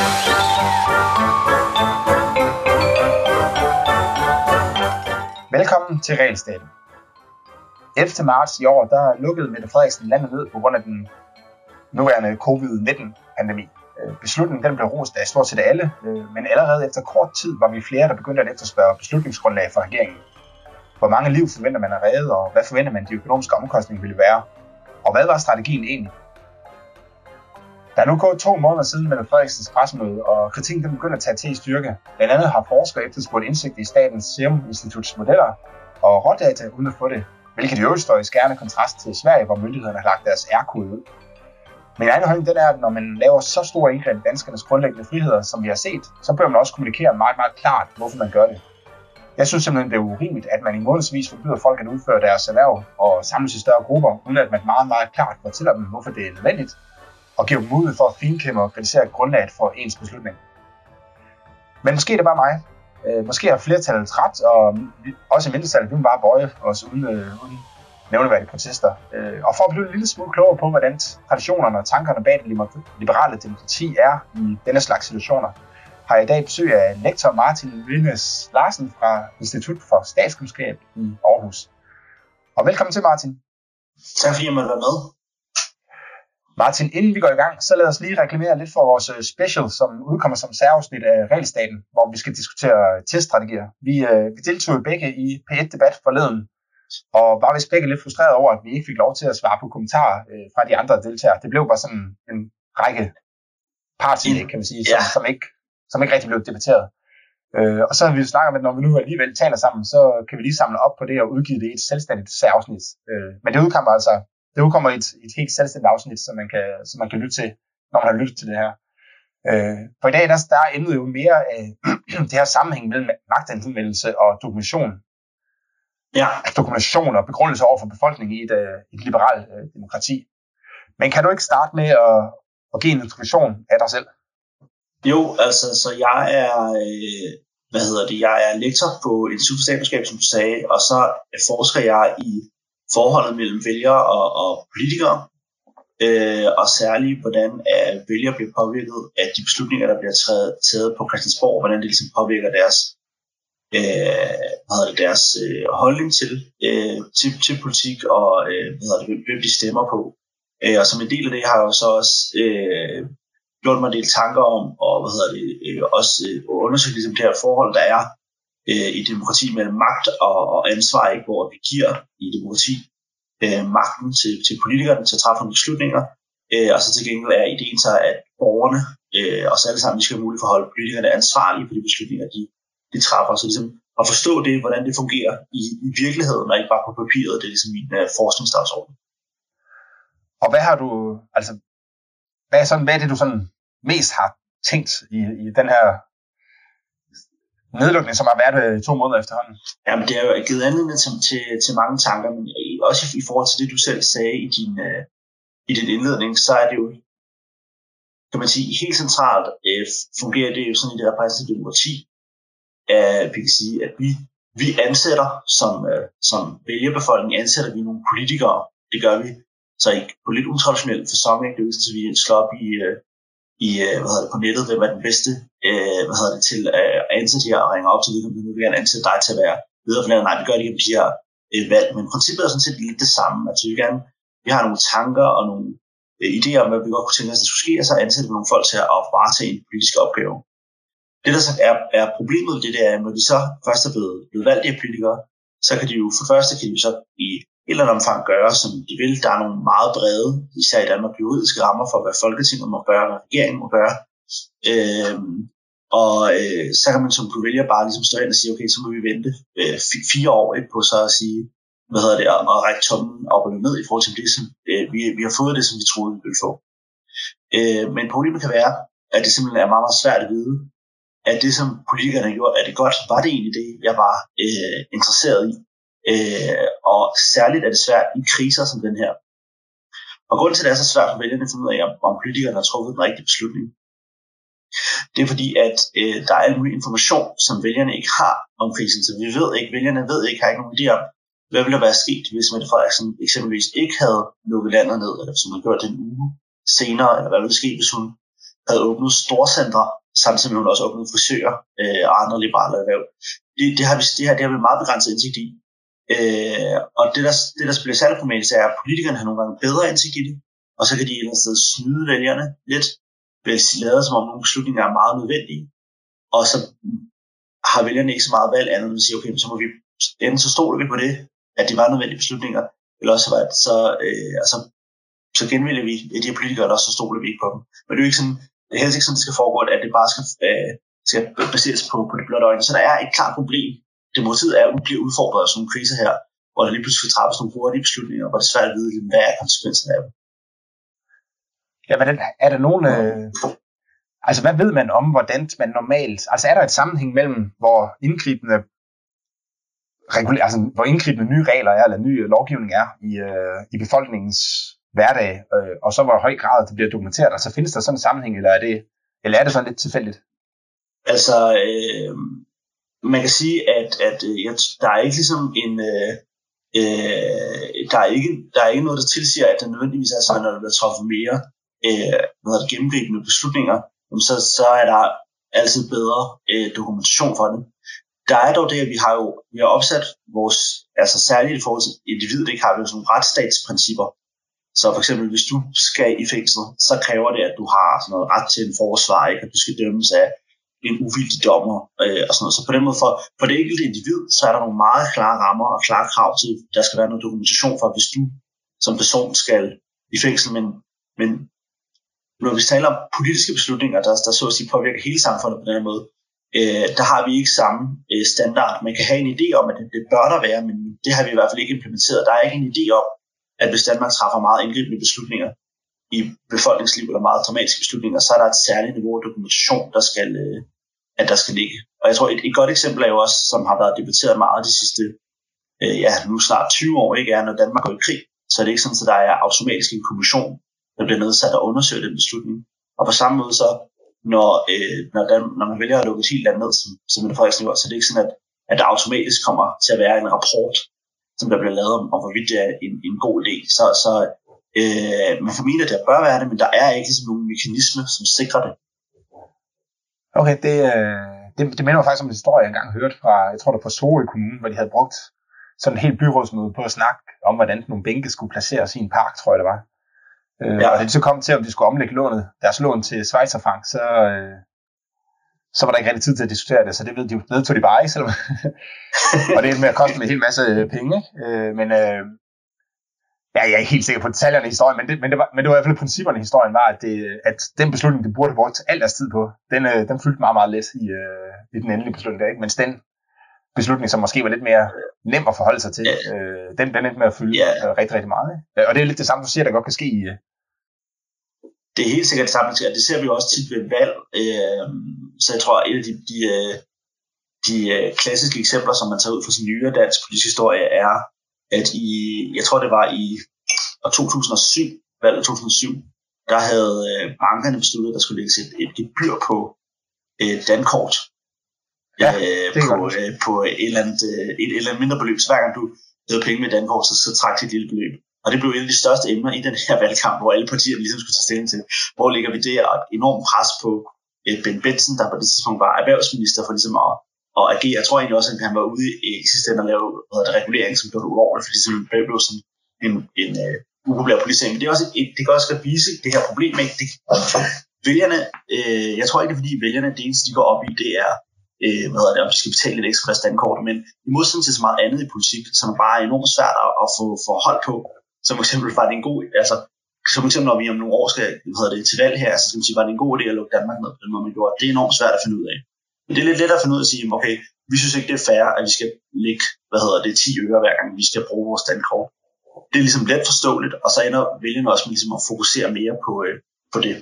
Velkommen til Realstaten. 11. marts i år, der lukkede Mette Frederiksen landet ned på grund af den nuværende covid-19-pandemi. Beslutningen den blev rost af stort set alle, men allerede efter kort tid var vi flere, der begyndte at efterspørge beslutningsgrundlag for regeringen. Hvor mange liv forventer man at redde, og hvad forventer man de økonomiske omkostninger ville være? Og hvad var strategien egentlig? Der er nu gået 2 måneder siden Mette Frederiksens pressemøde, og kritikken den begynder at tage til i styrke. Blandt andet har forskere efterspurgt indsigt i Statens Serum Instituts modeller og rådata uden at få det, hvilket i øvrigt står i skærende kontrast til Sverige, hvor myndighederne har lagt deres R-kode ud. Min egen holdning den er, at når man laver så store indgreb i danskernes grundlæggende friheder, som vi har set, så bør man også kommunikere meget, meget klart, hvorfor man gør det. Jeg synes simpelthen, det er urimeligt, at man i månedsvis forbyder folk at udføre deres erhverv og samles i større grupper, uden at man meget, meget klart fortæller dem, hvorfor det er nødvendigt, og giver dem mulighed for at finkæmme og kritisere grundlaget for ens beslutning. Men måske er det bare mig. Måske har flertallet ret, og også i mindretallet vil man bare bøje os uden nævneværdige protester. Og for at blive en lille smule klogere på, hvordan traditionerne og tankerne bag det liberale demokrati er i denne slags situationer, har jeg i dag besøg af lektor Martin Wilnes Larsen fra Institut for Statskundskab i Aarhus. Og velkommen til, Martin. Tak fordi jeg måtte være med. Martin, inden vi går i gang, så lad os lige reklamere lidt for vores special, som udkommer som særafsnit af Realstaten, hvor vi skal diskutere teststrategier. Vi deltog begge i P1-debat forleden, og var vist begge lidt frustreret over, at vi ikke fik lov til at svare på kommentarer fra de andre deltagere. Det blev bare sådan en række partillæg, kan man sige, som ikke rigtig blev debatteret. Og så har vi jo snakket om, at når vi nu alligevel taler sammen, så kan vi lige samle op på det og udgive det i et selvstændigt særafsnit. Men det udkommer et helt selvstændigt afsnit, som man kan lytte til, når man har lyttet til det her. For i dag der er emnet jo mere af det her sammenhæng mellem magtanvendelse og dokumentation. Ja. Dokumentation og begrundelse over for befolkningen i et liberalt demokrati. Men kan du ikke starte med at give en introduktion af dig selv? Jo, altså, så jeg er, jeg er lektor på Institut for Statskundskab, som du sagde, og så forsker jeg i forholdet mellem vælgere og politikere, og særligt hvordan vælgere bliver påvirket af de beslutninger, der bliver taget på Christiansborg, hvordan det ligesom påvirker deres holdning til politik og hvem de stemmer på. Og som en del af det har jeg jo så også gjort mig en del tanker om, og også undersøgt ligesom det her forhold, der er i demokrati mellem magt og ansvar, ikke, hvor vi giver i demokrati magten til politikerne til at træffe nogle beslutninger, og så til gengæld er ideen så, at borgerne, os alle sammen, de skal have mulighed for at holde politikerne ansvarlige for de beslutninger, de træffer. Så ligesom at forstå det, hvordan det fungerer i virkeligheden, og ikke bare på papiret, det er ligesom min forskningsdagsorden. Og hvad er det, du sådan mest har tænkt i den her nedlukning, som har været 2 måneder efterhånden? Jamen, det har jo givet anledning til mange tanker, men også i forhold til det, du selv sagde i din indledning, så er det jo, kan man sige, helt centralt fungerer det jo sådan i det repræsentative demokrati. Vi kan sige, at vi ansætter som vælgerbefolkning, ansætter vi nogle politikere. Det gør vi så ikke på lidt utraditionelt facon, ikke? Det er jo sådan, at vi slår op på nettet, hvem er den bedste til at ansætte her og ringe op til vedkommende, nu vil gerne ansætte dig til at være lederforlænder. Nej, vi gør det ikke om de her valg, men princippet er sådan set lidt det samme. Altså vi har nogle tanker og nogle idéer om, hvad vi godt kunne tænke os, der skulle ske, og så ansætter vi nogle folk til at varetage en politisk opgave. Det, der så er problemet ved det, er, at når de så først er blevet valgt af politikere, så kan de jo for første så i et eller andet omfang gøre, som de vil. Der er nogle meget brede, især i Danmark, juridiske rammer for, hvad Folketinget må gøre, hvad regeringen må gøre. Så kan man som vælger bare ligesom stå ind og sige, okay, så må vi vente 4 år på så at sige, og række tommen op og ned i forhold til det, som vi har fået det, som vi troede, vi ville få. Men problemet kan være, at det simpelthen er meget, meget svært at vide, at det, som politikerne har gjort, er det godt? Var det egentlig det, jeg var interesseret i? Og særligt er det svært i kriser som den her. Og grunden til, at det er så svært for vælgerne at finde ud af, om politikerne har truffet den rigtige beslutning, det er fordi, at der er al mulig information, som vælgerne ikke har om krisen. Så vælgerne ved ikke, har ikke nogen idé om, hvad ville der være sket, hvis Mette Frederiksen eksempelvis ikke havde lukket landet ned, eller som man gjorde det en uge senere, eller hvad ville ske, hvis hun havde åbnet storcentre, samtidig med hun også åbnet frisører og andre liberale erhverv. Det har vi meget begrænset indsigt i. Og det der bliver særligt problematisk, er, at politikerne har nogle gange bedre indsigt i det, og så kan de et eller andet sted snyde vælgerne lidt, ved at lade som om nogle beslutninger er meget nødvendige, og så har vælgerne ikke så meget valg andet, end at sige, okay, så må vi enten så stoler vi på det, at det var nødvendige beslutninger, eller også så genvælger vi de her politikere, eller også så stoler vi ikke på dem. Men det er jo ikke sådan, det er helst ikke sådan, det skal foregå, at det bare skal baseres på det blotte øjne. Så der er et klart problem. Demokratiet bliver udfordret af sådan nogle kriser her, hvor der lige pludselig skal træffes nogle hurtige beslutninger, hvor det er svært at vide, hvad er konsekvenserne af dem. Ja, men er der nogen... Altså, hvad ved man om, hvordan man normalt... Altså, er der et sammenhæng mellem, hvor indgribende nye regler er, eller ny lovgivning er i befolkningens hverdag, og så hvor høj grad det bliver dokumenteret? Altså, findes der sådan en sammenhæng, eller er det sådan lidt tilfældigt? Altså, man kan sige, at der er ikke ligesom en... der er ikke noget, der tilsiger, at det nødvendigvis er sådan, når der bliver truffet mere gennemgribende beslutninger, så er der altid bedre dokumentation for det. Der er dog det, at vi har opsat vores, altså særligt i forhold til individet, ikke har vi jo sådan nogle retsstatsprincipper. Så for eksempel, hvis du skal i fængsel, så kræver det, at du har sådan noget ret til en forsvar, ikke? At du skal dømmes af en uvildig dommer og sådan noget. Så på den måde, for det enkelte individ, så er der nogle meget klare rammer og klare krav til, der skal være noget dokumentation for, hvis du som person skal i fængsel. Men når vi taler om politiske beslutninger, der så at sige påvirker hele samfundet på den her måde, der har vi ikke samme standard. Man kan have en idé om, at det bør der være, men det har vi i hvert fald ikke implementeret. Der er ikke en idé om, at hvis Danmark træffer meget indgribende beslutninger i befolkningsliv eller meget dramatiske beslutninger, så er der et særligt niveau af dokumentation, der skal ligge. Og jeg tror, et godt eksempel er jo også, som har været debatteret meget de sidste, nu snart 20 år, ikke, er, når Danmark går i krig, så er det ikke sådan, at der er automatisk en kommission, der bliver nedsat og undersøger den beslutning. Og på samme måde så, når man vælger at lukke et helt land ned, som Mette Frederiksen gjorde, så er det ikke sådan, at der automatisk kommer til at være en rapport, som der bliver lavet om hvorvidt det er en god idé. Så man kan mene, at der bør være det, men der er ikke ligesom nogen mekanisme, som sikrer det. Okay, det minder mig faktisk om en historie, jeg engang hørte fra, jeg tror det var fra Sorø Kommune, hvor de havde brugt sådan en helt byrådsmøde på at snakke om, hvordan nogle bænke skulle placeres i en park, tror jeg det var. Og da de så kom til, om de skulle omlægge deres lån til Schweizerfranc, så var der ikke rigtig tid til at diskutere det, så det vedtog de bare ikke, selvom og det er med at koste en hel masse penge, ikke? Men jeg er ikke helt sikker på detaljerne i historien, men det var i hvert fald principperne i historien var, at den beslutning, de burde have brugt al deres tid på, den fyldte meget, meget let i den endelige beslutning, ikke? Mens den beslutning, som måske var lidt mere nem at forholde sig til, den endte med at fylde rigtig, rigtig meget, ikke? Og det er lidt det samme, du siger, der godt kan ske i... Det er helt sikkert det samme, og det ser vi jo også tit ved valg. Så jeg tror, at et af de klassiske eksempler, som man tager ud fra sin nyere dansk politisk historie, er, at jeg tror det var i 2007, valget 2007, der havde bankerne besluttet, at der skulle lægges et gebyr på dankort. På et eller andet mindre beløb. Så hver gang du havde penge med dankort, så trak det et lille beløb. Og det blev et af de største emner i den her valgkamp, hvor alle partier ligesom skulle tage stilling til, hvor ligger vi det, og et enormt pres på Ben Benson, der på det tidspunkt var erhvervsminister, for ligesom at agere. Jeg tror egentlig også, at han var ude i sidste ende at lave regulering, som blev ulovligt, fordi det blev sådan en upopulær politisk. Men det er også det kan også godt vise det her problem, ikke? Vælgerne, jeg tror ikke, det er fordi vælgerne, det eneste, de går op i, det er om de skal betale et ekstra dankort, men i modsætning til så meget andet i politik, som er bare enormt svært at få hold på. Som for eksempel var det en god, altså som eksempel når vi om nogle år skal til valg her, så skal man sige, var det en god idé at lukke Danmark ned på den måde, man gjorde. Det er enormt svært at finde ud af. Men det er lidt lettere at finde ud af at sige, okay, vi synes ikke, det er fair, at vi skal lægge, 10 øre hver gang, vi skal bruge vores dankort. Det er ligesom let forståeligt, og så ender vælgerne også med ligesom at fokusere mere på det.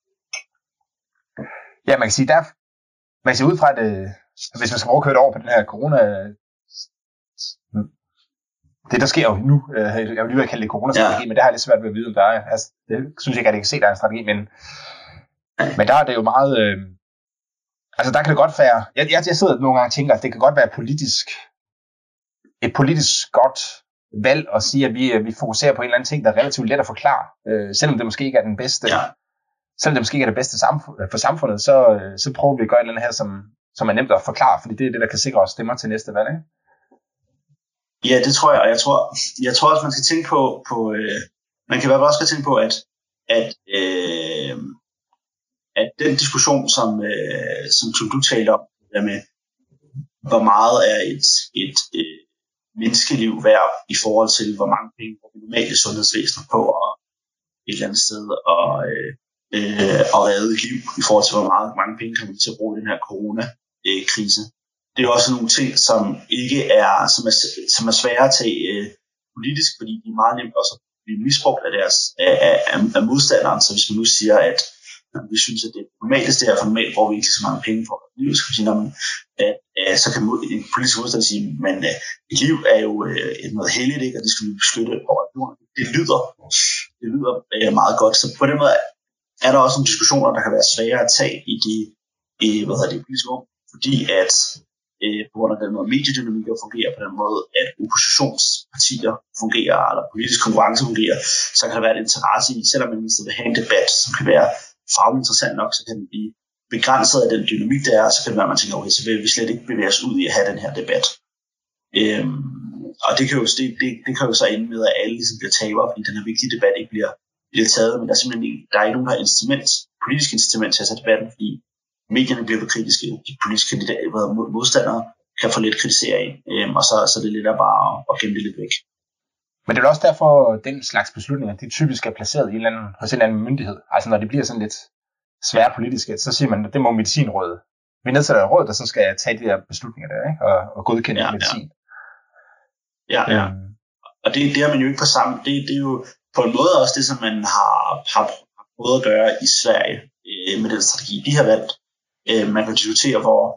Ja, man kan sige, man ser ud fra, at hvis man skal prøve at køre det over på den her corona, det der sker jo nu, jeg vil lige kalde det coronastrategi, men det har jeg lidt svært ved at vide, om der er. Altså, det synes jeg ikke, at jeg kan se, der er en strategi, men der er det jo meget, altså der kan det godt være, jeg sidder nogle gange og tænker, at det kan godt være et politisk godt valg at sige, at vi fokuserer på en eller anden ting, der er relativt let at forklare, selvom det måske ikke er den bedste selvom det måske ikke er det bedste for samfundet, så prøver vi at gøre et eller andet her, som er nemt at forklare, fordi det er det, der kan sikre os stemmer til næste valg, ikke? Ja, det tror jeg, og jeg tror også, man skal tænke på man kan i hvert fald også tænke på, at den diskussion, som du talte om, der med, hvor meget er et menneskeliv værd i forhold til, hvor mange penge bruger vi normalt i sundhedsvæsenet på, og et eller andet sted, og redde et liv, i forhold til, hvor mange penge kan vi til at bruge i den her corona-krise. Det er også nogle ting, som ikke som er svære at tage politisk, fordi de er meget nemt også at blive misbrugt af modstanderen. Så hvis man nu siger, at vi synes, at det normaleste er, for normalt bruger vi ikke så mange penge på livet, så kan en politisk modstander sige, men et liv er jo noget helligt, ikke, og det skal vi beskytte over jorden. Det lyder meget godt. Så på den måde er der også nogle diskussioner, der kan være svære at tage i de politiske rum, fordi at på grund af den måde mediedynamikker fungerer på den måde, at oppositionspartier fungerer, eller politisk konkurrence fungerer, så kan der være et interesse i, selvom man vil have en debat, som kan være fagligt interessant nok, så kan den blive begrænset af den dynamik, der er, så kan det være, at man tænker, okay, så vil vi slet ikke bevæge os ud i at have den her debat. Og det kan jo så ende med, at alle ligesom bliver tabere, fordi den her vigtige debat ikke bliver taget, men der er simpelthen der er ikke nogen, der har politisk incitament til at tage debatten, fordi medierne bliver for kritiske, de politiske modstandere kan få lidt kritisere ind, og så er det lidt at bare at gemme det lidt væk. Men det er også derfor, den slags beslutninger, de typisk er placeret hos en eller anden myndighed. Altså når det bliver sådan lidt svære politiske, så siger man, at det må Medicinrådet. Vi nedsætter et råd, der så skal tage de her beslutninger der, ikke? Og godkende medicin. Ja. Og det er man jo ikke på samme. Det er jo på en måde også det, som man har prøvet at gøre i Sverige med den strategi, de har valgt. Man kan diskutere,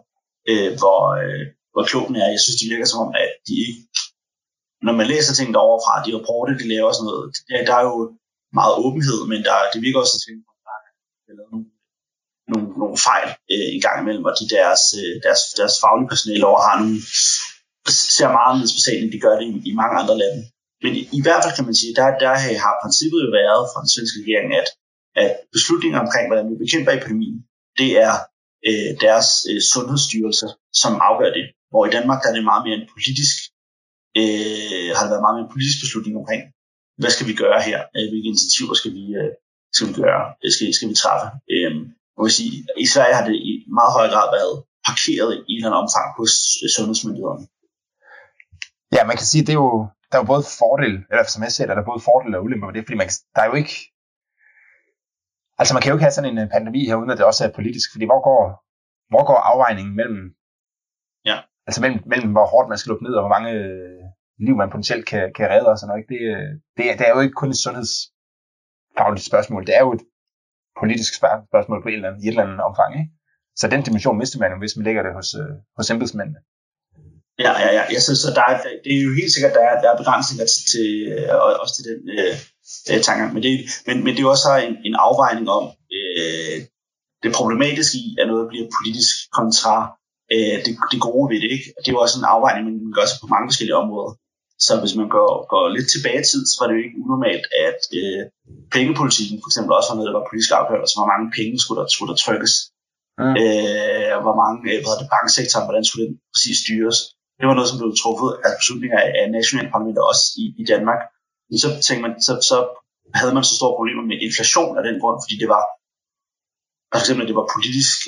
hvor klogt den er. Jeg synes, det virker som om, at de ikke, når man læser ting derovre fra, de rapporter, de laver sådan noget, der er jo meget åbenhed, men det virker også til, at der er lavet nogle fejl en gang imellem, og deres faglige personale over har nogle, ser meget anderledes på sagen, end de gør det i mange andre lande. Men i hvert fald kan man sige, der har princippet jo været fra den svenske regering, at beslutninger omkring, hvordan vi bekæmper epidemien, det er deres sundhedsstyrelse, som afgør det. Hvor i Danmark der er det meget mere en politisk, har det været meget mere en politisk beslutning omkring, hvad skal vi gøre her, hvilke initiativer skal vi gøre, skal vi træffe. Man kan sige, i Sverige har det i meget høj grad været parkeret i en eller anden omfang hos sundhedsmyndighederne. Ja, man kan sige, der er jo både fordele, eller som jeg ser, der er både fordele og ulemper ved det, fordi der er jo ikke, altså man kan jo ikke have sådan en pandemi her, uden at det også er politisk, fordi hvor går afvejningen mellem, altså mellem hvor hårdt man skal lukke ned, og hvor mange liv man potentielt kan redde og sådan noget, ikke? Det er jo ikke kun et sundhedsfagligt spørgsmål, det er jo et politisk spørgsmål på i et eller andet omfang, ikke? Så den dimension mister man jo, hvis man lægger det hos embedsmændene. Ja. Jeg synes, så det er jo helt sikkert, der er begrænsninger til også til den tanke. Men det er jo også en afvejning om det problematiske i, at noget bliver politisk kontra det gode ved det, ikke? Det er jo også en afvejning, man gør sig på mange forskellige områder. Så hvis man går lidt tilbage i tid, så var det jo ikke unormalt, at pengepolitikken for eksempel også var noget, der var politisk afgjort, altså hvor mange penge skulle der trykkes. Hvor mange, banksektoren, hvordan skulle den præcis styres. Det var noget, som blev truffet af beslutninger af nationale parlamenter også i Danmark. Men så tænkte man, så havde man så store problemer med inflation af den grund, fordi det var for eksempel, det var politisk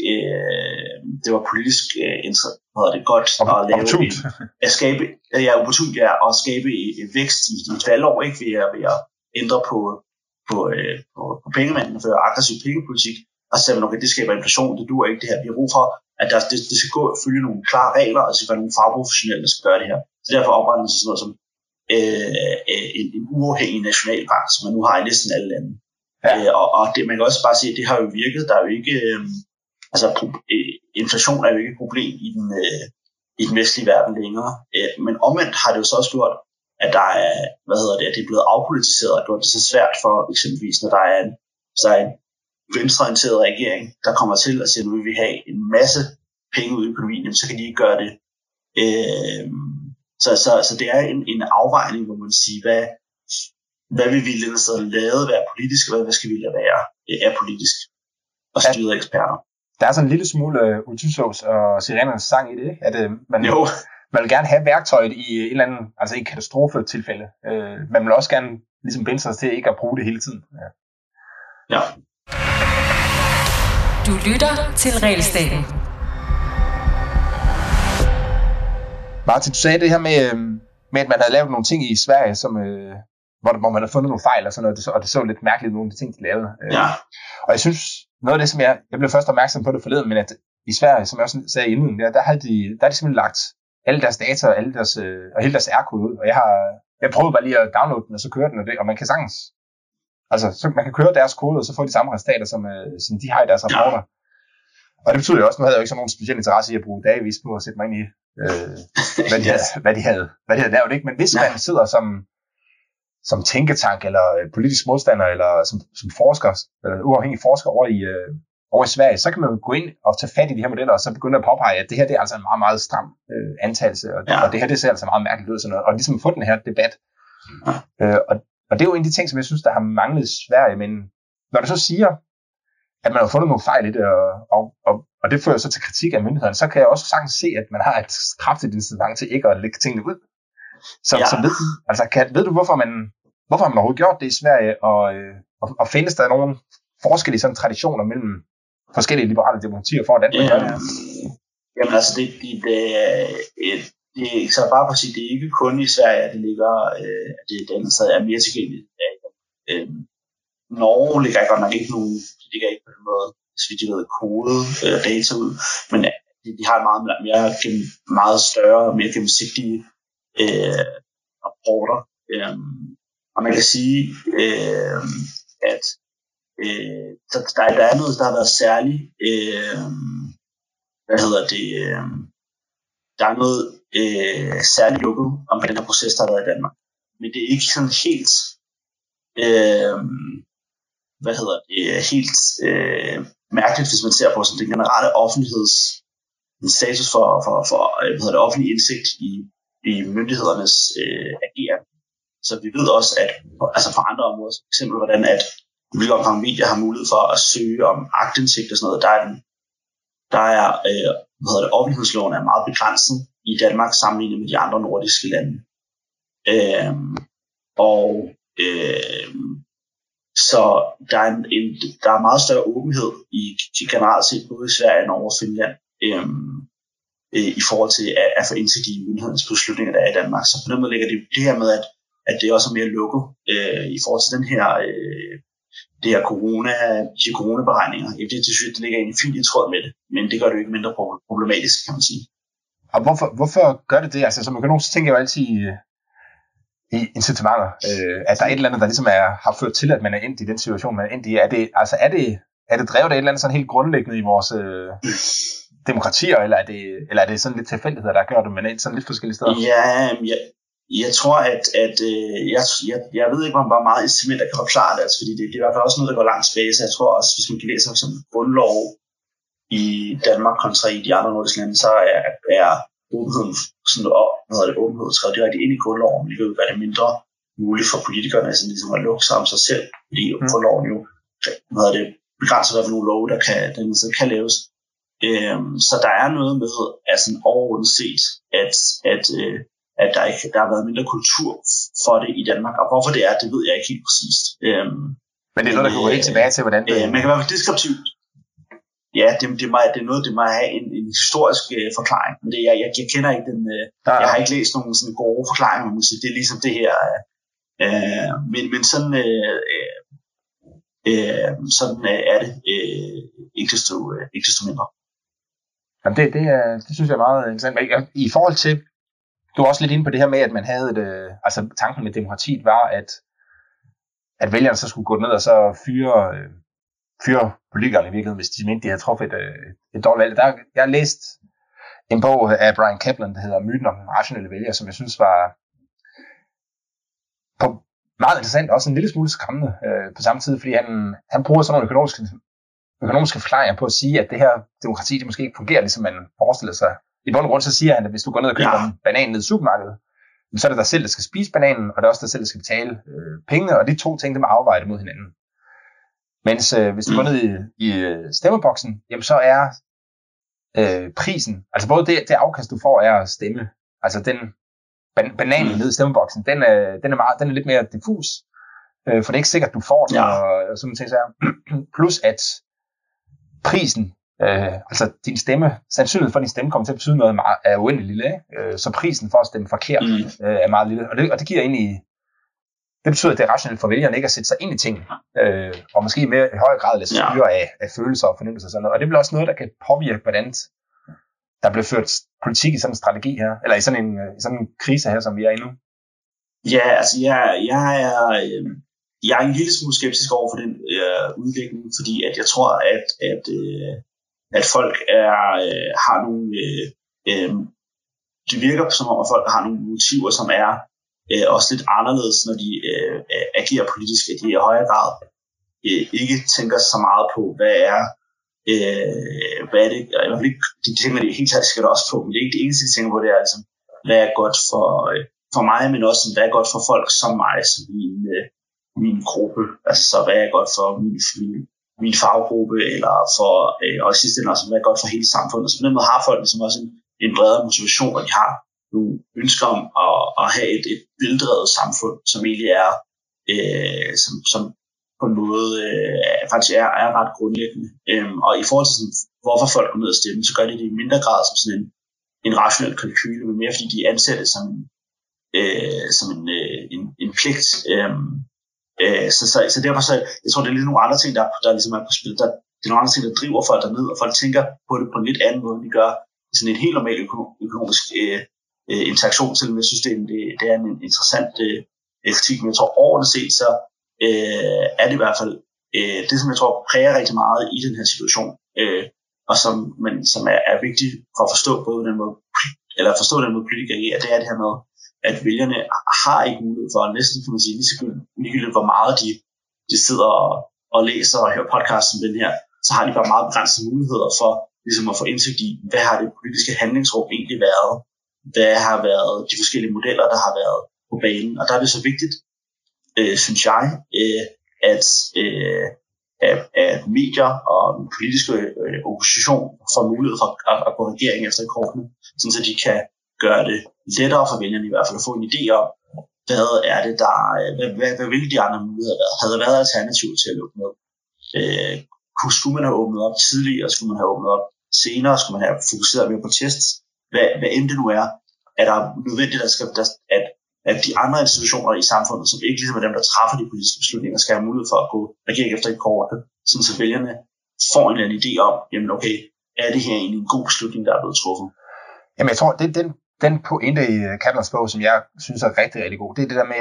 godt at lave at skabe vækst i et valgår, ikke ved at ændre på pengemængden og føre aggressiv pengepolitik. Og så sagde man, okay, det skaber inflation, det duer ikke det her. Vi har brug for, at det skal følge nogle klare regler, og det skal være nogle fagprofessionelle, der skal gøre det her. Så derfor opretter man sådan noget som en uafhængig nationalbank, som man nu har i næsten alle lande. Ja. Og det, man kan også bare sige, at det har jo virket. Der er jo ikke, inflation er jo ikke et problem i den vestlige verden længere. Men omvendt har det jo så også gjort, at der er, at det er blevet afpolitiseret, og gjort det så svært for eksempelvis, når der er en venstreorienteret regering, der kommer til at sige, at nu vil vi have en masse penge ud i økonomien, så kan de ikke gøre det. Så det er en afvejning, hvor man siger, hvad vil vi lade være politisk, og hvad skal vi lade være apolitisk. og styret eksperter. Der er sådan en lille smule Odysseus og Sirenernes sang i det, ikke? At man vil gerne have værktøjet i en eller anden, altså i katastrofetilfælde. Man vil også gerne ligesom binde sig til ikke at bruge det hele tiden. Ja. Du lytter til Realstaten. Martin, du sagde det her med at man havde lavet nogle ting i Sverige, som, hvor man havde fundet nogle fejl og sådan noget, og det så lidt mærkeligt, nogle af de ting, de lavede. Ja. Og jeg synes, noget af det, som jeg blev først opmærksom på det forleden, men at i Sverige, som jeg også sagde inden, der har de simpelthen lagt alle deres data og hele deres R-kode ud, og jeg prøvede bare lige at downloade den, og så kører den, og man kan sagtens, altså så man kan køre deres kode, og så få de samme resultater, som de har i deres rapporter. Ja. Og det betyder jo også, nu havde jeg jo ikke sådan nogen speciel interesse i at bruge dagvis på at sætte mig ind i, hvad de havde lavet, ikke? Men hvis man sidder som tænketank, eller politisk modstander, eller som forsker, uafhængig forsker over i Sverige, så kan man jo gå ind og tage fat i de her modeller, og så begynde at påpege, at det her det er altså en meget, meget stram antagelse, og det her det ser altså meget mærkeligt ud, sådan noget, og ligesom få den her debat. Og det er jo en af de ting, som jeg synes, der har manglet i Sverige, men når du så siger, at man har fundet nogle fejl i det, og det fører så til kritik af myndighederne, så kan jeg også sagtens se, at man har et kraftigt incitament til ikke at lægge tingene ud. Så ved du, hvorfor man overhovedet gjort det i Sverige, og findes der nogle forskellige sådan traditioner mellem forskellige liberale demokratier for, hvordan man gør det? Jamen altså, det er så bare for at sige, det er ikke kun i Sverige, at det ligger, at det andet sted er mere tilgængeligt. Norge ligger godt nok ikke nogen, det ligger ikke på den måde, hvis vi ved kode data ud, men de har meget større og mere gennemsigtige rapporter. Og man kan sige, at der er noget, der har været særligt, der er noget særligt lukket om den her proces, der har været i Danmark. Men det er ikke sådan helt, helt mærkeligt, hvis man ser på sådan den generelle offentligheds status for offentlig indsigt i myndighedernes ageren. Så vi ved også, at altså fra andre områder, for eksempel hvordan at hvilke omfang medier har mulighed for at søge om aktindsigt og sådan noget, offentlighedsloven er meget begrænset i Danmark sammenlignet med de andre nordiske lande. Så der er meget større åbenhed i generelt set både i Sverige, Norge og Finland i forhold til at få indsigt i myndighedernes beslutninger, der er i Danmark. Så på den måde ligger det her med, at det også er mere lukket i forhold til den her de coronaberegninger. Det synes jeg, det ligger egentlig fint i tråd med det, men det gør det jo ikke mindre problematisk, kan man sige. Og hvorfor gør det det? Altså som økonom, så tænker jeg jo altid i incitamenter, at der er et eller andet, der ligesom har ført til, at man er endt i den situation, man er endt i. Er det drevet af et eller andet sådan helt grundlæggende i vores demokratier, eller er det sådan lidt tilfældigheder, der gør det, man er endt sådan lidt forskellige steder? Jeg tror, at jeg ved ikke, hvor meget incitament, der kan forklare det, altså, fordi det er i hvert fald også noget, der går langt tilbage, så jeg tror også, hvis man kan læse for eksempel grundlov i Danmark kontra i de andre nordiske lande, så er åbenheden åbenhed skrevet direkte ind i grundloven, hvilket vil gøre det mindre muligt for politikerne altså, ligesom at lukke sig om sig selv, fordi grundloven jo begrænser hvad for nogle love, der kan laves. Så der er noget med, altså overordnet set, at der har været mindre kultur for det i Danmark, og hvorfor det er, det ved jeg ikke helt præcist. Men det er noget, der går helt tilbage til, hvordan det man kan være deskriptivt. Ja, det er noget, det må have en historisk forklaring, men jeg kender ikke den, jeg har ikke læst nogen sådan gode forklaringer, man må sige, det er ligesom det her, men sådan, sådan er det ikke desto mindre. Jamen det synes jeg er meget interessant. I forhold til, du var også lidt inde på det her med, at man havde altså tanken med demokratiet var, at vælgerne så skulle gå ned og så fyre politikerne i virkeligheden, hvis de mente, de havde truffet et dårligt valg. Jeg har læst en bog af Brian Kaplan, der hedder Myten om den rationelle vælger, som jeg synes var meget interessant, også en lille smule skræmmende på samme tid, fordi han bruger sådan nogle økonomiske forklaringer på at sige, at det her demokrati, det måske ikke fungerer, ligesom man forestiller sig. I bund og grund så siger han, at hvis du går ned og køber en banan ned i supermarkedet, så er det dig selv, der skal spise bananen, og det er også dig selv, der skal betale pengene, og de to ting, der må afveje det mod hinanden. Mens hvis du går ned i stemmeboksen, jamen så er prisen, altså både det afkast, du får, er at stemme. Altså den bananen ned i stemmeboksen, den er lidt mere diffus, for det er ikke sikkert, du får den, og sådan ting så er. Plus at prisen, altså din stemme, sandsynligheden for, at din stemme kommer til at betyde noget, er uendelig lille, ikke? Så prisen for at stemme forkert er meget lille, og det giver egentlig, det betyder, at det er rationelt for vælgerne ikke at sætte sig ind i ting, og måske i højere grad lade sig styre af følelser og fornemmelser og sådan noget. Og det er vel også noget, der kan påvirke, hvordan der bliver ført politik i sådan en strategi her, eller i sådan en krise her, som vi er i nu. Ja, altså jeg er en lille smule skeptisk over for den udvikling, fordi at jeg tror, at folk har nogle, det virker som om, at folk har nogle motiver, som er også lidt anderledes, når de agerer politisk, at de i højere grad ikke tænker så meget på, hvad er det, de tænker det helt sikkert også på, men det er ikke det eneste, de tænker på, det er altså, hvad er godt for mig, men også hvad er godt for folk som mig, som min gruppe, altså så hvad er godt for min faggruppe, eller for, og i sidste ende også, hvad er godt for hele samfundet. Så på den måde har folk ligesom også en bredere motivation, og de har nogle ønsker om at have et veldrevet samfund, som egentlig er, som på en måde faktisk er ret grundlæggende. Og i forhold til sådan, hvorfor folk går ned og stemme, så gør de det i mindre grad som sådan en rationel kalkyle, men mere fordi de anser det som en pligt. Så derfor så, jeg tror, det er lidt nogle andre ting, der ligesom er på spil. Det er nogle andre ting, der driver folk derned, og folk tænker på det på en lidt anden måde, end de gør sådan en helt normal økonomisk interaktion, selvom jeg synes, det er en interessant kritik, men jeg tror overordnet set, så er det i hvert fald det, som jeg tror præger rigtig meget i den her situation, og som er vigtigt for at forstå både den måde, eller forstå den måde politikere er, det er det her med, at vælgerne har ikke mulighed for, næsten kan man sige, ligegyldigt hvor meget de sidder og læser og hører podcast som den her, så har de bare meget begrænsede muligheder for ligesom at få indsigt i, hvad har det politiske handlingsrum egentlig været, hvad har været de forskellige modeller, der har været på banen, og der er det så vigtigt, synes jeg, at medier og den politiske opposition får mulighed for at gå regering efter kortene, så de kan gøre det lettere for vælgerne i hvert fald at få en idé om, hvad er det der, hvad ville de andre muligheder være? Havde der været alternativ til at lukke ned? Skulle man have åbnet op tidligere? Skulle man have åbnet op senere? Skulle man have fokuseret mere på tests? Hvad end det nu er der nødvendigt, at de andre institutioner i samfundet, som ikke ligesom er dem, der træffer de politiske beslutninger, skal have mulighed for at gå regering efter et kort, sådan så vælgerne får en eller anden idé om, jamen okay, er det her egentlig en god beslutning, der er blevet truffet? Jamen jeg tror, det er den pointe i Katlers bog, som jeg synes er rigtig, rigtig god, det er det der med,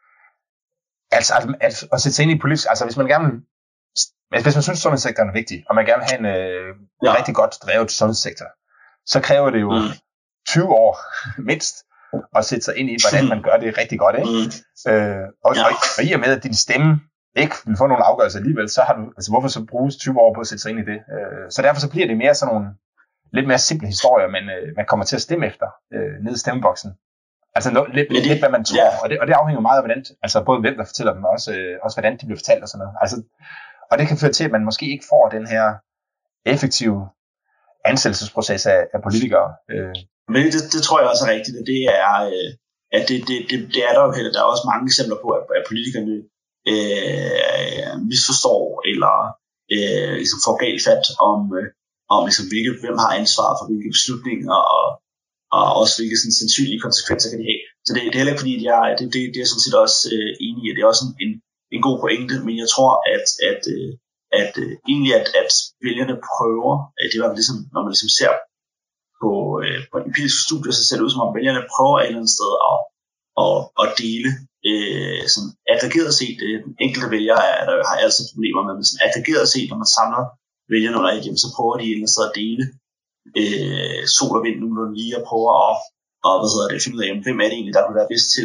at sætte sig ind i politisk, altså hvis man synes, at sundhedssektoren er vigtig, og man gerne vil have en rigtig godt drevet sundhedssektor, så kræver det jo 20 år mindst, at sætte sig ind i, hvordan man gør det rigtig godt, ikke? Og i og med, at din stemme ikke vil få nogen afgørelse alligevel, så har du, altså hvorfor så bruges 20 år på at sætte sig ind i det? Så derfor så bliver det mere sådan nogle lidt mere simple historier, man kommer til at stemme efter nede i stemmeboksen. Altså lidt hvad man tror, og det afhænger meget af, hvordan, altså både hvem der fortæller dem, og også hvordan de bliver fortalt og sådan noget. Altså, og det kan føre til, at man måske ikke får den her effektive ansættelsesproces af politikere. Men det tror jeg også er rigtigt, og det er, at det er der jo heller. Der er også mange eksempler på, at politikerne misforstår eller ligesom får galt fat om ligesom, hvem har ansvar for hvilke beslutninger, og også hvilke sådan, sandsynlige konsekvenser kan de have. Så det er heller ikke fordi, at det er sådan set også enig i, at det er også en god pointe, men jeg tror, at egentlig at vælgerne prøver, det er ligesom, når man ligesom ser på empiriske studier, så ser det ud som om vælgerne prøver et eller andet sted at dele sådan aggregeret set, enkelte vælgere har altid problemer med, men sådan aggregeret set, når man samler vælgerne under et hjem, så prøver de et eller andet sted at dele sol og vind nogenlunde lige, og prøver at finde ud af, hvem er det egentlig, der kunne være bedst til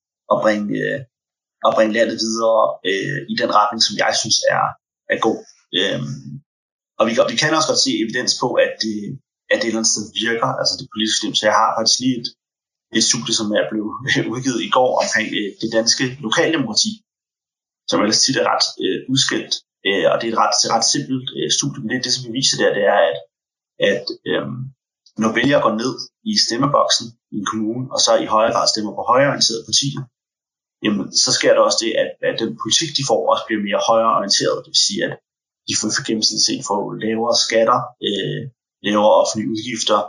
at bringe landet videre i den retning, som jeg synes er god. Og vi kan også godt se evidens på, at det et eller andet sted virker, altså det politiske system. Så jeg har faktisk lige et studie, som er blevet udgivet i går omkring det danske lokaldemokrati, som ellers tit er ret udskilt og det er et ret simpelt studie, men det som vi viser der, det er, at når vælgere går ned i stemmeboksen i en kommune, og så i højere grad stemmer på højreorienterede partier, jamen, så sker der også det, at den politik, de får, også bliver mere højreorienteret. Det vil sige, at de for gennemsnitligt set får lavere skatter, lavere offentlige udgifter,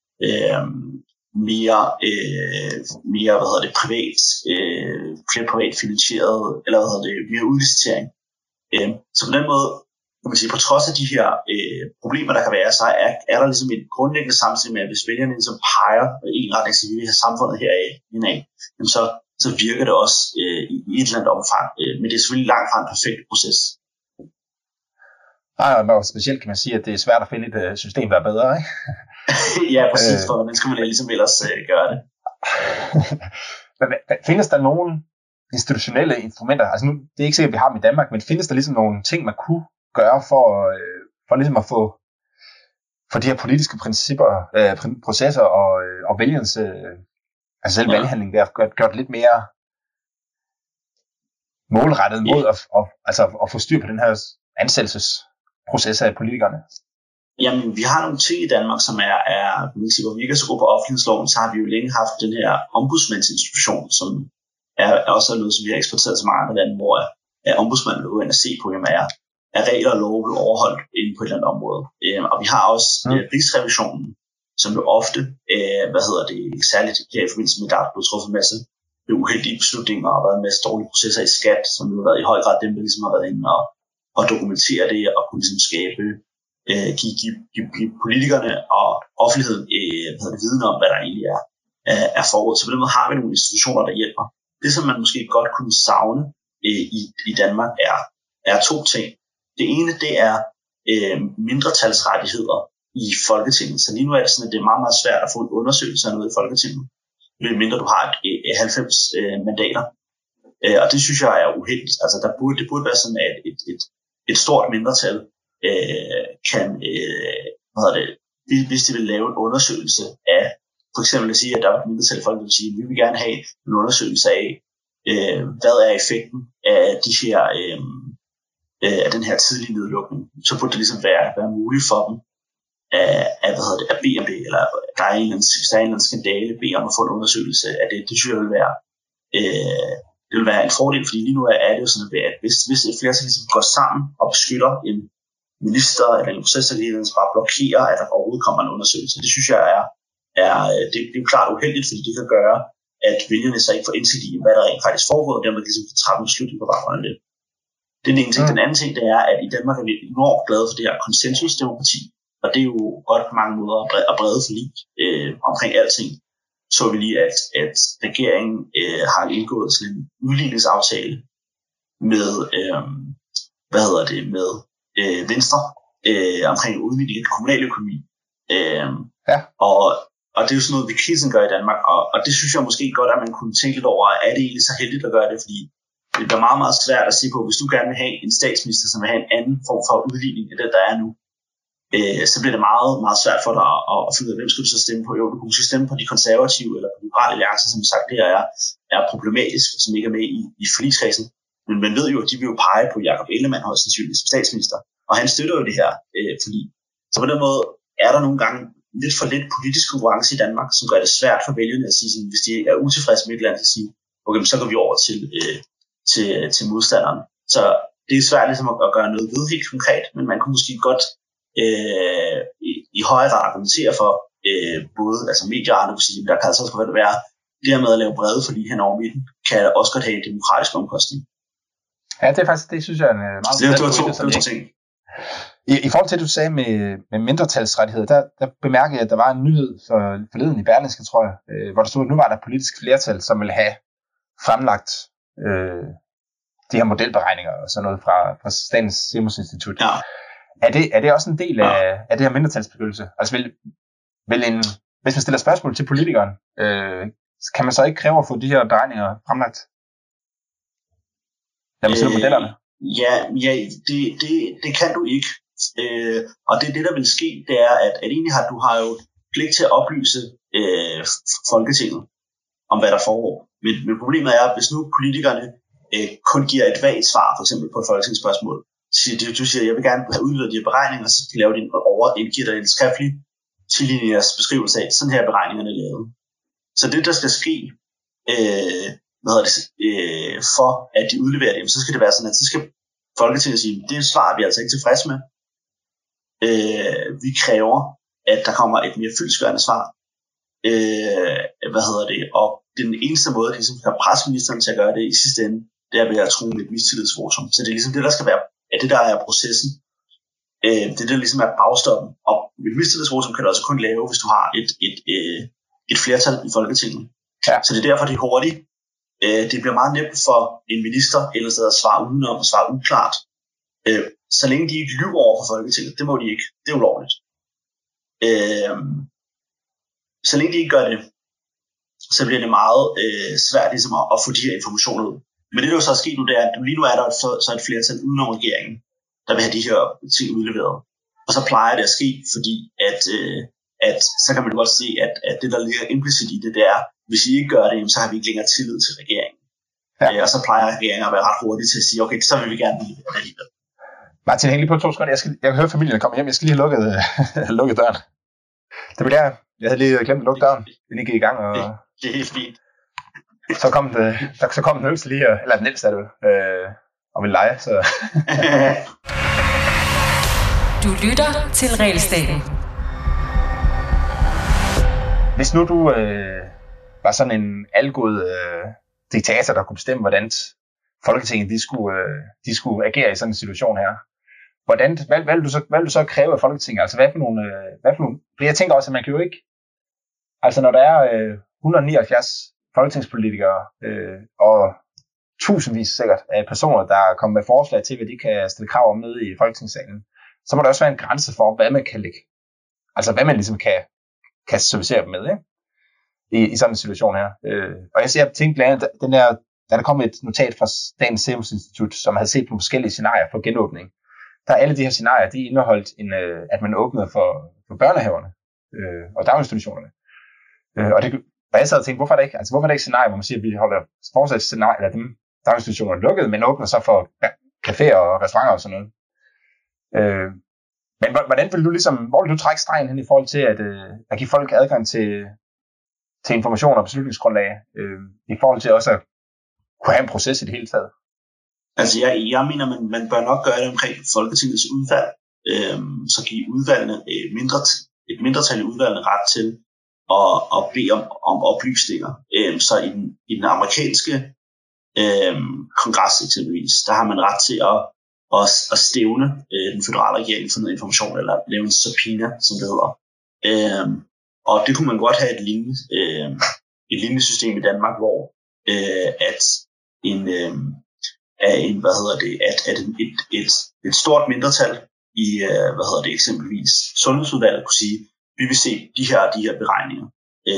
mere privat, flere privat finansieret, eller mere udlicitering. Så på den måde, kan man sige, på trods af de her problemer, der kan være, så er der ligesom et grundlæggende samtidig med, at hvis vælgerne ligesom peger i en retning, så vi vil have samfundet heraf, jamen så virker det også i et eller andet omfang. Men det er selvfølgelig langt fra en perfekt proces. Nej, og specielt kan man sige, at det er svært at finde et system, der er bedre, ikke? Ja, præcis, for hvordan skal man ligesom ellers gøre det? Men findes der nogle institutionelle instrumenter, altså nu, det er ikke sikkert, at vi har dem i Danmark, men findes der ligesom nogle ting, man kunne gøre for ligesom at få de her politiske principper, processer og vælgernes, altså selv valghandling der, gjort lidt mere målrettet mod at få styr på den her ansættelsesproces af politikerne? Jamen, vi har nogle ting i Danmark, som hvor vi ikke er så gode på offentlighedsloven, så har vi jo længe haft den her ombudsmandsinstitution, som er også noget, som vi har eksporteret til mange andre lande, hvor ombudsmanden vil gå ind og se på, jamen er regler og love blevet overholdt inde på et eller andet område. Og vi har også Rigsrevisionen, som jo ofte, særligt her i forbindelse med, der er blevet truffet en masse uheldige beslutninger og været en masse dårlige processer i skat, som jo har været i høj grad dem, der ligesom har været inde og dokumentere det og kunne ligesom give politikerne og offentligheden viden om, hvad der egentlig er forud. Så på den måde har vi nogle institutioner, der hjælper. Det, som man måske godt kunne savne i Danmark, er to ting. Det ene, det er mindretalsrettigheder i Folketinget. Så lige nu er det sådan, at det er meget, meget svært at få en undersøgelse af noget i Folketinget, mindre du har 90 mandater. Og det synes jeg er uheldigt. Altså, det burde være sådan, at et stort mindretal kan, hvis de vil lave en undersøgelse af, for eksempel at sige, at der er et mindretal folk, der vil sige, at vi vil gerne have en undersøgelse af, hvad er effekten af de her af den her tidlige nedlukning, så burde det ligesom være muligt for dem at bede om det, eller der er en eller anden skandale, bede om at få en undersøgelse af det. Det synes jeg det vil være en fordel, fordi lige nu er det jo sådan, at hvis et flertal ligesom går sammen og beskytter en minister eller en processerledelse, bare blokerer, at der overhovedet kommer en undersøgelse. Det synes jeg det er jo klart uheldigt, fordi det kan gøre, at vælgerne så ikke får indsigt i, hvad der rent faktisk foregår, og dermed ligesom kan træffe en beslutning på baggrund af det. Det er den ene ting. Den anden ting, det er, at i Danmark er vi enormt glade for det her konsensusdemokrati, og det er jo godt på mange måder at brede forlig omkring alting. Så vi lige, at regeringen har indgået sådan en udligningsaftale med, med Venstre omkring udligning af den kommunale økonomi. Og det er jo sådan noget, vi krisen gør i Danmark, og det synes jeg måske godt, at man kunne tænke lidt over, er det egentlig så heldigt at gøre det, fordi det bliver meget, meget svært at sige på, hvis du gerne vil have en statsminister, som vil have en anden form for udligning af det, der er nu, så bliver det meget, meget svært for dig at finde ud af, hvem skal du så stemme på. Jo, du kan måske stemme på de konservative, eller på Liberale Alliance, som sagt, det er problematisk, som ikke er med i forligskredsen. Men man ved jo, at de vil jo pege på Jakob Ellemann højst sandsynligt som statsminister, og han støtter jo det her forlig. Så på den måde er der nogle gange lidt for lidt politisk konkurrence i Danmark, som gør det svært for vælgerne at sige, sådan, hvis de er utilfredse med et eller andet, at sige, okay, så går vi over til modstanderen. Så det er svært ligesom at gøre noget ved helt konkret, men man kunne måske godt i højere grad argumentere for både medier og andre kunne sige, der kan altså også godt være det her med at lave brede forlig hen over midten, kan også godt have en demokratisk omkostning. Ja, det er faktisk, det synes jeg er en meget... Det var to ting. I forhold til, at du sagde med mindretalsrettigheder, der bemærkede jeg, at der var en nyhed forleden i Berlingske, tror jeg, hvor der stod, at nu var der politisk flertal, som ville have fremlagt de her modelberegninger og sådan noget fra Statens Serum Institut. Ja. Er det også en del af det her mindretalsbeskyttelse? Altså hvis man stiller spørgsmål til politikeren, kan man så ikke kræve at få de her beregninger fremlagt? Når man stiller modellerne? Ja, det kan du ikke. Og det der vil ske, det er, at egentlig du har jo pligt til at oplyse Folketinget om, hvad der foregår. Men problemet er, at hvis nu politikerne kun giver et vagt svar, for eksempel på et folketingsspørgsmål, du siger, jeg vil gerne have udleveret de her beregninger, så skal lave det indgiver dig en skriftlig tillinjers beskrivelse af, sådan her er beregningerne lavet. Så det, der skal ske, for at de udleverer dem, så skal det være sådan, at så skal Folketinget sige, det svar er vi altså ikke tilfreds med. Vi kræver, at der kommer et mere fyldestgørende svar. Og den eneste måde, at ligesom kan presse ministeren til at gøre det i sidste ende, det er ved at true med et mistillidsvotum. Så det er ligesom det, der skal være, at det der er processen. Det er det, der ligesom er bagstoppen. Og et mistillidsvotum kan du altså kun lave, hvis du har et flertal i Folketinget. Ja. Så det er derfor, det er hurtigt. Det bliver meget nemt for en minister eller sted at svare udenom og svare uklart. Så længe de ikke lyver over for Folketinget, det må de ikke. Det er ulovligt. Så længe de ikke gør det, så bliver det meget svært ligesom at få de her informationer ud. Men det, der jo så er sket nu, det er, at lige nu er der så et flertal udenom regeringen, der vil have de her ting udleveret. Og så plejer det at ske, fordi at så kan man godt se, at det, der ligger implicit i det, det er, hvis I ikke gør det, så har vi ikke længere tillid til regeringen. Ja. Og så plejer regeringen at være ret hurtigt til at sige, okay, så vil vi gerne udlevere det alligevel. Martin, hæng lige på 2 sekunder. Jeg kan høre familien komme hjem. Jeg skal lige have lukket døren. Det vil jeg havde lige glemt at lukke døren. Den ikke gik i gang. Og det er helt fint. Så kom den yngste lige, eller den ældste er det og vil lege. Så. Du lytter til Realstaten. Hvis nu du var sådan en algod diktator, der kunne bestemme, hvordan Folketinget de skulle agere i sådan en situation her, hvad vil du så kræve af Folketinget? Altså hvad for nogle, for jeg tænker også, at man kan jo ikke, altså når der er 179 folketingspolitikere og tusindvis sikkert af personer, der er kommet med forslag til, hvad de kan stille krav om nede i Folketingssalen, så må der også være en grænse for, hvad man kan lægge. Altså hvad man ligesom kan servicere dem med, ikke? I sådan en situation her. Og jeg tænkte blandt andet, da der kom et notat fra Statens Serum Institut, som havde set på forskellige scenarier for genåbning, der er alle de her scenarier, de indeholdt at man åbnede for børnehaverne og daginstitutionerne. Og jeg sad og tænkte, hvorfor er der ikke et scenarie, hvor man siger, at vi holder fortsat scenarie, eller dem daginstitutioner lukket, men åbner så for caféer og restauranter og sådan noget. Men hvordan vil du hvor vil du trække stregen hen i forhold til at give folk adgang til information og beslutningsgrundlag, i forhold til også at kunne have en proces i det hele taget? Altså jeg mener, man bør nok gøre det omkring Folketingets udvalg, så give udvalgene et mindretal i udvalgene ret til at bede om oplysninger. Så i den amerikanske kongres eksempelvis, der har man ret til at stævne den føderale regering for noget information, eller lave en subpoena, som det hedder. Og det kunne man godt have et lignende system i Danmark, hvor et stort mindretal i eksempelvis sundhedsudvalget kunne sige, vi vil se de her beregninger.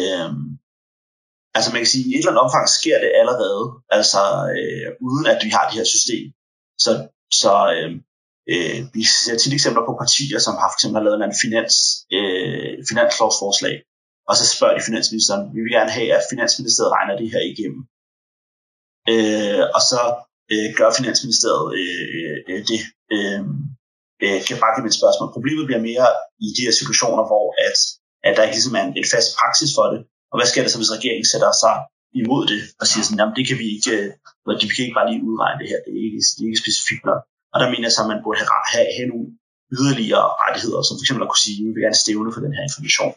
Altså man kan sige, i et eller andet omfang sker det allerede, altså uden at vi har det her system. Så vi ser tit eksempler på partier, som har for eksempel lavet en finanslovsforslag, og så spørger de finansministeren, vi vil gerne have, at Finansministeriet regner det her igennem. Og så gør Finansministeriet det. Kan bare give mit spørgsmål. Problemet bliver mere i de her situationer, hvor at der ikke ligesom er en fast praksis for det. Og hvad sker der så, hvis regeringen sætter sig imod det og siger sådan, jamen det kan vi ikke, vi kan ikke bare lige udregne det her, det er ikke specifikt nok. Og der mener jeg så, at man burde have nogle yderligere rettigheder, som for eksempel at kunne sige, at vi vil gerne stævne for den her information.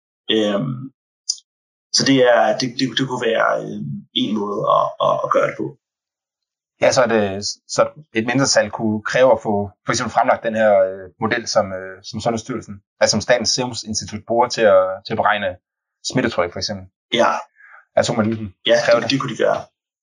Så det kunne være en måde at gøre det på. Ja, så et mindretal kunne kræve at få for eksempel fremlagt den her model, som Sundhedsstyrelsen, altså som Statens Serum Institut bruger til at beregne smittetryk for eksempel. Ja. Altså man ligesom det kunne de gøre.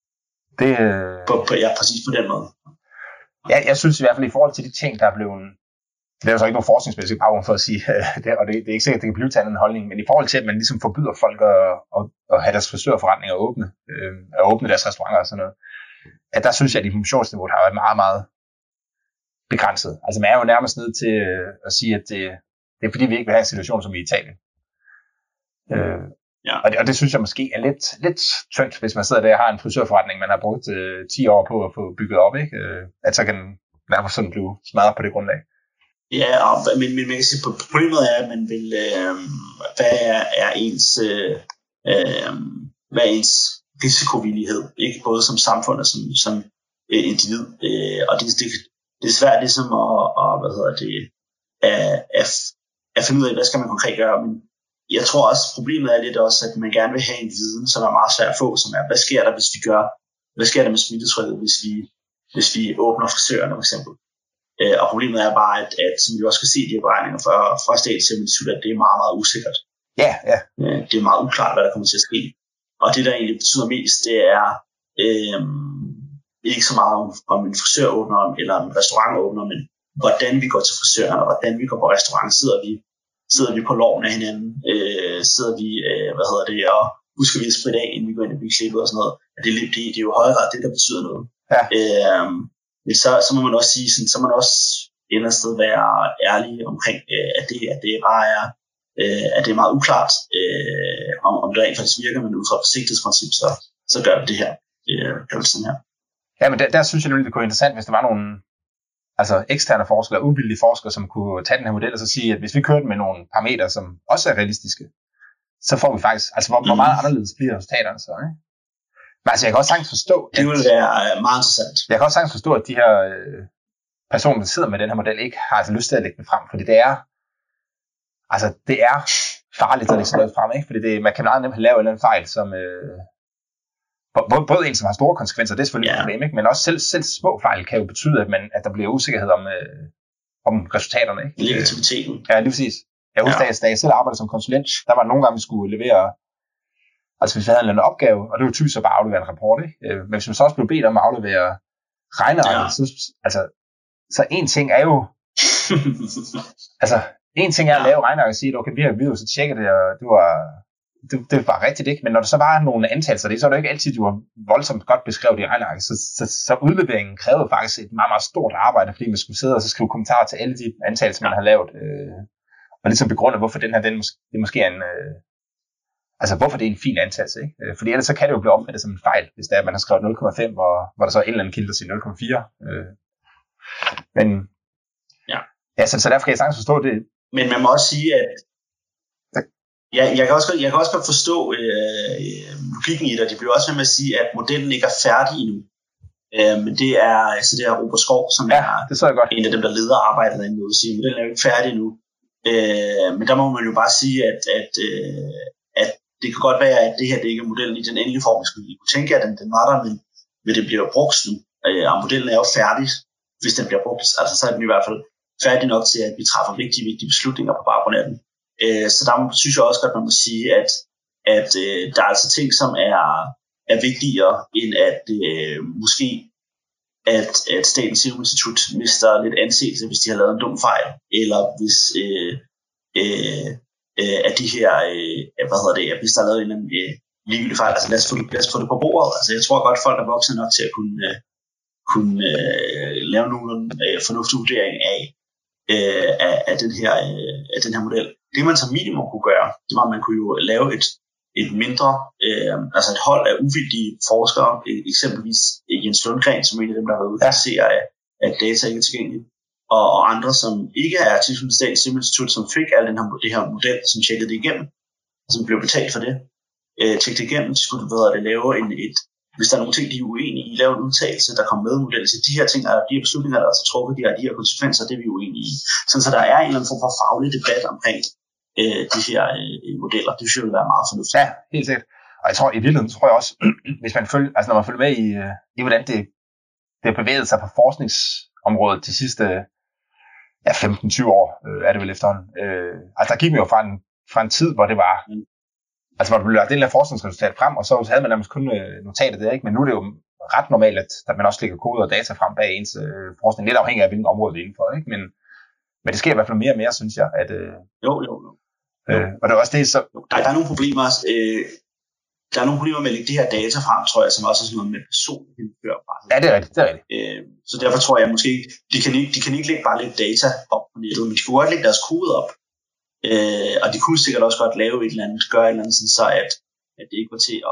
Ja, præcis på den måde. Ja, jeg synes i hvert fald i forhold til de ting, der er blevet, det er jo så ikke nogen forskningsmæssig baggrund for at sige det, og det er ikke sikkert, at det kan blive til en holdning, men i forhold til, at man ligesom forbyder folk at have deres frisørforretninger åbne deres restauranter og sådan noget, at der synes jeg, at informationsniveauet har været meget, meget begrænset. Altså man er jo nærmest nødt til at sige, at det er fordi, vi ikke vil have en situation som i Italien. Ja. Og det synes jeg måske er lidt tyndt, hvis man sidder der og har en frisørforretning, man har brugt 10 år på at få bygget op, ikke? At så kan nærmest sådan blive smadret på det grundlag. Ja, men man kan sige, problemet er, at man vil, hvad er ens risikovillighed, ikke både som samfund og som individ, og det er svært ligesom at finde ud af, hvad skal man konkret gøre, men jeg tror også, problemet er lidt også, at man gerne vil have en viden, som er meget svær at få, som er, hvad sker der med smittetrykket, hvis vi åbner frisørerne for eksempel. Og problemet er bare, at som vi også kan se i de her beregninger fra Statens Serum Institut, at det er meget, meget usikkert. Ja. Det er meget uklart, hvad der kommer til at ske. Og det, der egentlig betyder mest, det er ikke så meget om en frisør åbner, eller en restaurant åbner, men hvordan vi går til frisøren, og hvordan vi går på restaurant. Sidder vi på loven af hinanden? Sidder vi, og husker vi at spritte af, inden vi går ind og bliver klippet og sådan noget. Det er jo højere det, der betyder noget. Ja. Men så må man også sige, sådan, så må man også et eller andet sted være ærlig omkring, at det bare er, at det er meget uklart, om det rent faktisk virker, men ud fra forsigtighedsprincip, så gør vi det her. Sådan her. Ja, men der synes jeg, det kunne være interessant, hvis der var nogle eksterne forskere, uvildige forskere, som kunne tage den her model og så sige, at hvis vi kører den med nogle parametre, som også er realistiske, så får vi faktisk, hvor meget anderledes bliver resultaterne så, ikke? Men jeg kan også sagtens forstå, det vil være meget interessant. Jeg kan også sagtens forstå, at de her personer, der sidder med den her model, ikke har lyst til at lægge det frem, fordi det er farligt at lægge sådan noget frem, ikke? Fordi man kan meget nemt lave en eller anden fejl, som både en, som har store konsekvenser, det er selvfølgelig et problem, ikke? Men også selv små fejl kan jo betyde, at der bliver usikkerhed om resultaterne, ikke? Legitimiteten. Ja, lige præcis. Jeg husker, da jeg selv arbejdede som konsulent, der var nogle gange, vi skulle levere, hvis vi havde en eller anden opgave, og det var typisk så bare at aflevere en rapport, ikke? Men hvis man så også blev bedt om at aflevere regneregning, så en ting er jo, en ting er at lave regneregning og sige, at okay, vi har så tjekket det, og det var rigtigt, ikke? Men når der så var nogle antagelser, så er det ikke altid, du var voldsomt godt beskrevet i regneregning, så udleveringen krævede faktisk et meget, meget stort arbejde, fordi man skulle sidde og så skrive kommentarer til alle de antagelser, man har lavet, og ligesom begrunde, hvorfor den her, det måske er en, hvorfor det er en fin antagelse, ikke? Fordi ellers så kan det jo blive opfattet som en fejl, hvis det er, man har skrevet 0,5, hvor der så er en eller anden kilde, der siger 0,4. Men så derfor kan jeg sagtens forstå det. Men man må også sige, at jeg kan også godt forstå logikken i det, og de bliver også ved med at sige, at modellen ikke er færdig endnu. Men det er Robert Skov, som er en af dem, der leder arbejdet derinde, og siger, at modellen er jo ikke færdig endnu. Men der må man jo bare sige, at det kan godt være, at det her det ikke er modellen i den endelige form. Jeg kunne tænke, at den var der, men det bliver brugt nu. Og modellen er jo færdig, hvis den bliver brugt. Så er den i hvert fald færdig nok til, at vi træffer vigtige beslutninger på baggrund af den. Så der synes jeg også godt, man må sige, at der er altså ting, som er vigtigere, end at måske at Statens Serum Institut mister lidt anseelse, hvis de har lavet en dum fejl, eller hvis at de her, hvis der er lavet en eller anden ligegyldig fejl. Lad os få det på bordet. Jeg tror godt, folk er voksne nok til at kunne lave nogle fornuftig vurdering af den her model. Det man som minimum kunne gøre, det var, at man kunne jo lave et mindre, et hold af uvildige forskere, eksempelvis Jens Lundgren, som er en af dem, der har været ude til at se, at data ikke er tilgængelige, og andre, som ikke er tilknyttet Statens Serum Institut, som fik al det her model, som tjekkede det igennem, og som blev betalt for det, tjekkede det igennem, de skulle lave hvis der er nogle ting, de er uenige i, lave en udtalelse, der kommer med i modellen, så de her ting, de her beslutninger, der er altså truffet, de her konsekvenser, det er vi uenige i. Sådan, så der er en eller anden form for faglig debat omkring de her modeller. Det synes jeg vil være meget fornuftigt. Ja, helt sikkert. Og jeg tror, i virkeligheden, tror jeg også, hvis man følger, når man følger med i hvordan det har bevæget sig på forskningsområdet de sidste 15-20 år, er det vel efterhånden. Der gik vi jo fra en tid, hvor det var hvor der blev lagt den her forskningsresultat frem, og så havde man nærmest kun notatet der, ikke? Men nu er det jo ret normalt, at man også lægger kode og data frem bag ens forskning, lidt afhængig af, hvilken område det er indenfor, ikke? Men det sker i hvert fald mere og mere, synes jeg. At, Jo. Og det er også det, så... Der er nogle problemer, med at lægge de her data frem, tror jeg, som også er sådan noget med personlighed. Ja, det er rigtigt. Så derfor tror jeg måske, de kan ikke lægge bare lidt data op på nettet, men de kunne godt lægge deres kode op. Og de kunne sikkert også godt gøre et eller andet, sådan så at det ikke var til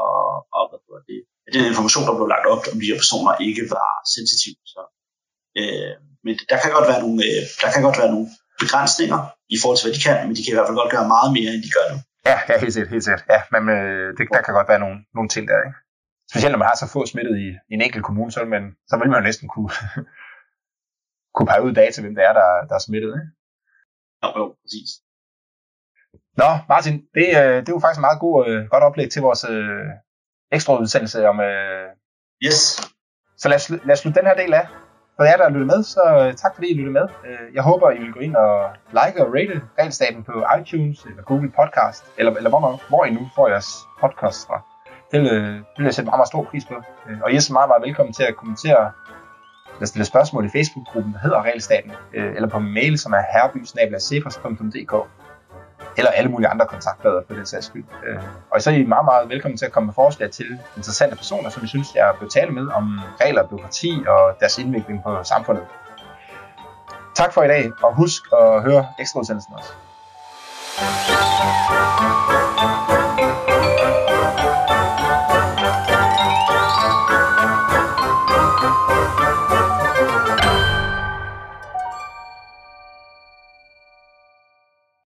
at den information, der blev lagt op om de her personer, ikke var sensitiv. Så, Men der kan godt være nogle begrænsninger i forhold til, hvad de kan, men de kan i hvert fald godt gøre meget mere, end de gør nu. Ja, helt sikkert. Ja, men der kan godt være nogle ting der, ikke? Specielt når man har så få smittet i en enkelt kommune, så vil man jo næsten kunne pege ud data, hvem det er, der er smittet, ikke? Jo, præcis. Nå, Martin, det er jo faktisk en meget godt oplæg til vores ekstra udsendelse om... Yes. Så lad os slutte den her del af. For jer, der har lyttet med, så tak fordi I lyttede med. Jeg håber, I vil gå ind og like og rate Regelstaten på iTunes eller Google Podcast, eller hvor I nu får jeres podcast fra. Det vil jeg sætte meget, meget stor pris på. Og I er så meget, meget velkommen til at kommentere eller stille spørgsmål i Facebook-gruppen, der hedder Regelstaten, eller på mail, som er herby@cepos.dk, eller alle mulige andre kontaktflader på den sags skyld. Og så er I meget, meget velkommen til at komme med forslag til interessante personer, som I synes, jeg bør tale med om regler, bureaukrati og deres indvikling på samfundet. Tak for i dag, og husk at høre ekstraudsendelsen også.